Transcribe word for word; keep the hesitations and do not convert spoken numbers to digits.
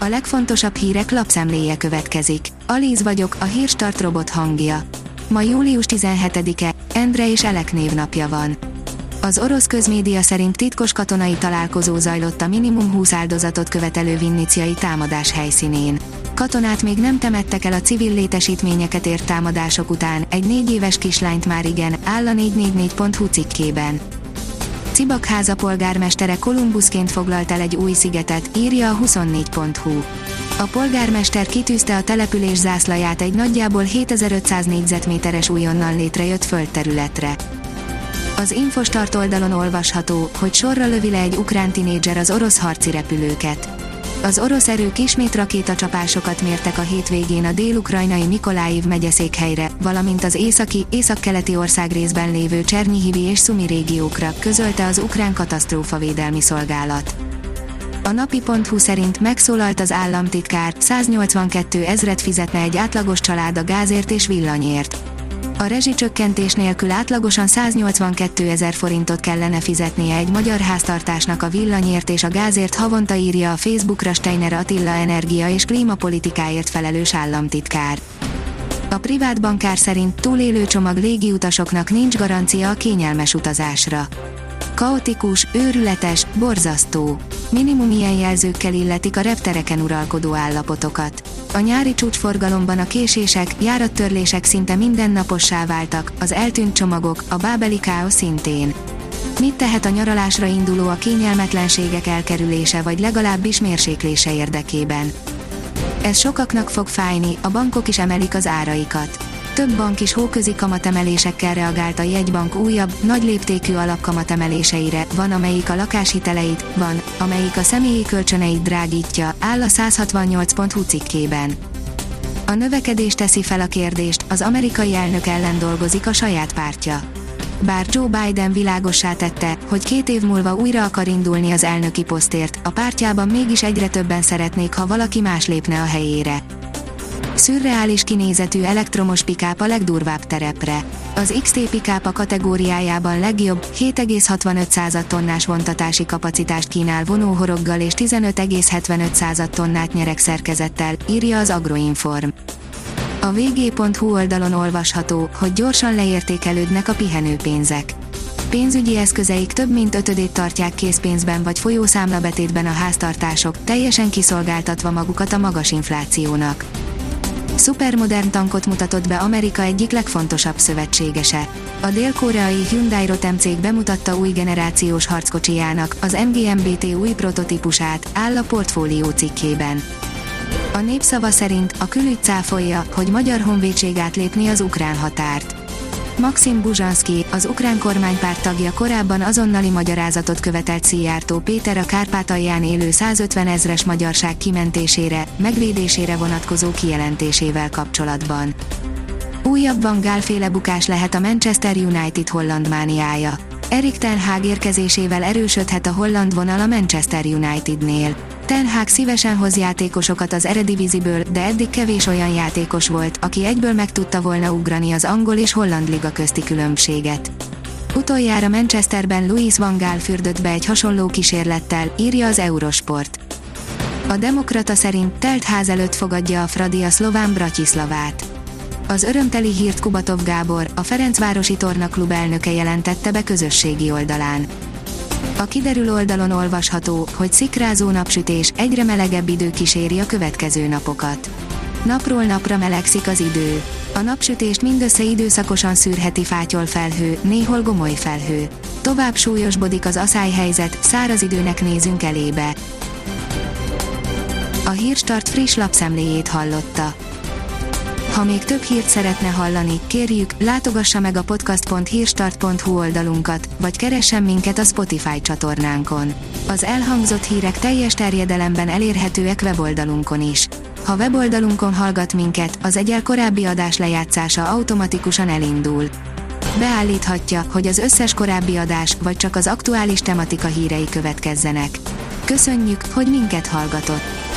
A legfontosabb hírek lapszemléje következik. Alíz vagyok, a Hírstart robot hangja. Ma július tizenhetedike, Endre és Elek névnapja van. Az orosz közmédia szerint titkos katonai találkozó zajlott a minimum húsz áldozatot követelő vinniciai támadás helyszínén. Katonát még nem temettek el a civil létesítményeket ért támadások után, egy négy éves kislányt már igen, áll a négy négy négy pont hu cikkében. Cibakháza polgármestere Kolumbuszként foglalt el egy új szigetet, írja a huszonnégy pont hu. A polgármester kitűzte a település zászlaját egy nagyjából hétezer-ötszáz négyzetméteres újonnan létrejött földterületre. Az Infostart oldalon olvasható, hogy sorra lövi le egy ukrán tinédzser az orosz harci repülőket. Az orosz erők ismét rakétacsapásokat mértek a hétvégén a dél-ukrajnai Mikoláiv megyeszékhelyre, valamint az északi, északkeleti országrészben lévő Csernihivi és Szumi régiókra, közölte az ukrán katasztrófavédelmi szolgálat. A napi pont hu szerint megszólalt az államtitkár, száznyolcvankettő ezret fizetne egy átlagos család a gázért és villanyért. A rezsicsökkentés nélkül átlagosan száznyolcvankettő ezer forintot kellene fizetnie egy magyar háztartásnak a villanyért és a gázért, havonta, írja a Facebookra Steiner Attila energia és klímapolitikáért felelős államtitkár. A privát bankár szerint túlélő csomag légiutasoknak nincs garancia a kényelmes utazásra. Kaotikus, őrületes, borzasztó. Minimum ilyen jelzőkkel illetik a reptereken uralkodó állapotokat. A nyári csúcsforgalomban a késések, járattörlések szinte mindennapossá váltak, az eltűnt csomagok, a bábeli káosz szintén. Mit tehet a nyaralásra induló a kényelmetlenségek elkerülése vagy legalábbis mérséklése érdekében? Ez sokaknak fog fájni, a bankok is emelik az áraikat. Több bank is hóközi kamatemelésekkel reagált a jegybank újabb, nagy léptékű alapkamatemeléseire, van amelyik a lakáshiteleit, van, amelyik a személyi kölcsöneit drágítja, áll a százhatvannyolc pont hu cikkében. A növekedés teszi fel a kérdést, az amerikai elnök ellen dolgozik a saját pártja. Bár Joe Biden világossá tette, hogy két év múlva újra akar indulni az elnöki posztért, a pártjában mégis egyre többen szeretnék, ha valaki más lépne a helyére. Szürreális kinézetű elektromos pikáp a legdurvább terepre. Az iksz té pikáp a kategóriájában legjobb, hét egész hatvanöt tonnás vontatási kapacitást kínál vonóhoroggal és tizenöt egész hetvenöt tonnát nyeregszerkezettel, írja az Agroinform. A vé gé pont hu oldalon olvasható, hogy gyorsan leértékelődnek a pihenőpénzek. Pénzügyi eszközeik több mint ötödét tartják készpénzben vagy folyószámlabetétben a háztartások, teljesen kiszolgáltatva magukat a magas inflációnak. Szupermodern tankot mutatott be Amerika egyik legfontosabb szövetségese. A dél-koreai Hyundai Rotem cég bemutatta új generációs harckocsijának, az em gé em bé té új prototípusát, áll a Portfólió cikkében. A Népszava szerint a külügy cáfolja, hogy magyar honvédség átlépni az ukrán határt. Maxim Buzsanszky, az ukrán kormánypárt tagja korábban azonnali magyarázatot követelt Szijjártó Péter a Kárpátalján élő százötven ezres magyarság kimentésére, megvédésére vonatkozó kijelentésével kapcsolatban. Újabb Van Gaal-féle bukás lehet a Manchester United holland mániája. Erik ten Hag érkezésével erősödhet a holland vonal a Manchester Unitednél. Ten Hag szívesen hoz játékosokat az Erediviziből, de eddig kevés olyan játékos volt, aki egyből meg tudta volna ugrani az angol és holland liga közti különbséget. Utoljára Manchesterben Louis van Gaal fürdött be egy hasonló kísérlettel, írja az Eurosport. A Demokrata szerint telt ház előtt fogadja a Fradi a szlován Bratislavát. Az örömteli hírt Kubatov Gábor, a Ferencvárosi Tornaklub elnöke jelentette be közösségi oldalán. A kiderül oldalon olvasható, hogy szikrázó napsütés, egyre melegebb idő kíséri a következő napokat. Napról napra melegszik az idő. A napsütést mindössze időszakosan szűrheti fátyol felhő, néhol gomoly felhő. Tovább súlyosbodik az aszályhelyzet, száraz időnek nézünk elébe. A Hírstart friss lapszemléjét hallotta. Ha még több hírt szeretne hallani, kérjük, látogassa meg a podcast pont hírstart pont hu oldalunkat, vagy keressen minket a Spotify csatornánkon. Az elhangzott hírek teljes terjedelemben elérhetőek weboldalunkon is. Ha weboldalunkon hallgat minket, az egyel korábbi adás lejátszása automatikusan elindul. Beállíthatja, hogy az összes korábbi adás, vagy csak az aktuális tematika hírei következzenek. Köszönjük, hogy minket hallgatott!